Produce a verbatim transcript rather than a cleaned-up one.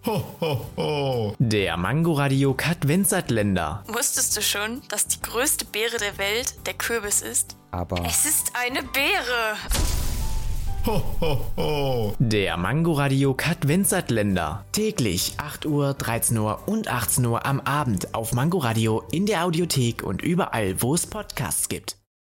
Ho, ho, ho. Der Mangoradiokat Adventskalender. Wusstest du schon, dass die größte Beere der Welt der Kürbis ist? Aber... Es ist eine Beere! Ho, ho, ho. Der Mangoradiokat Adventskalender. Täglich acht Uhr, dreizehn Uhr und achtzehn Uhr am Abend auf Mangoradio, in der Audiothek und überall, wo es Podcasts gibt.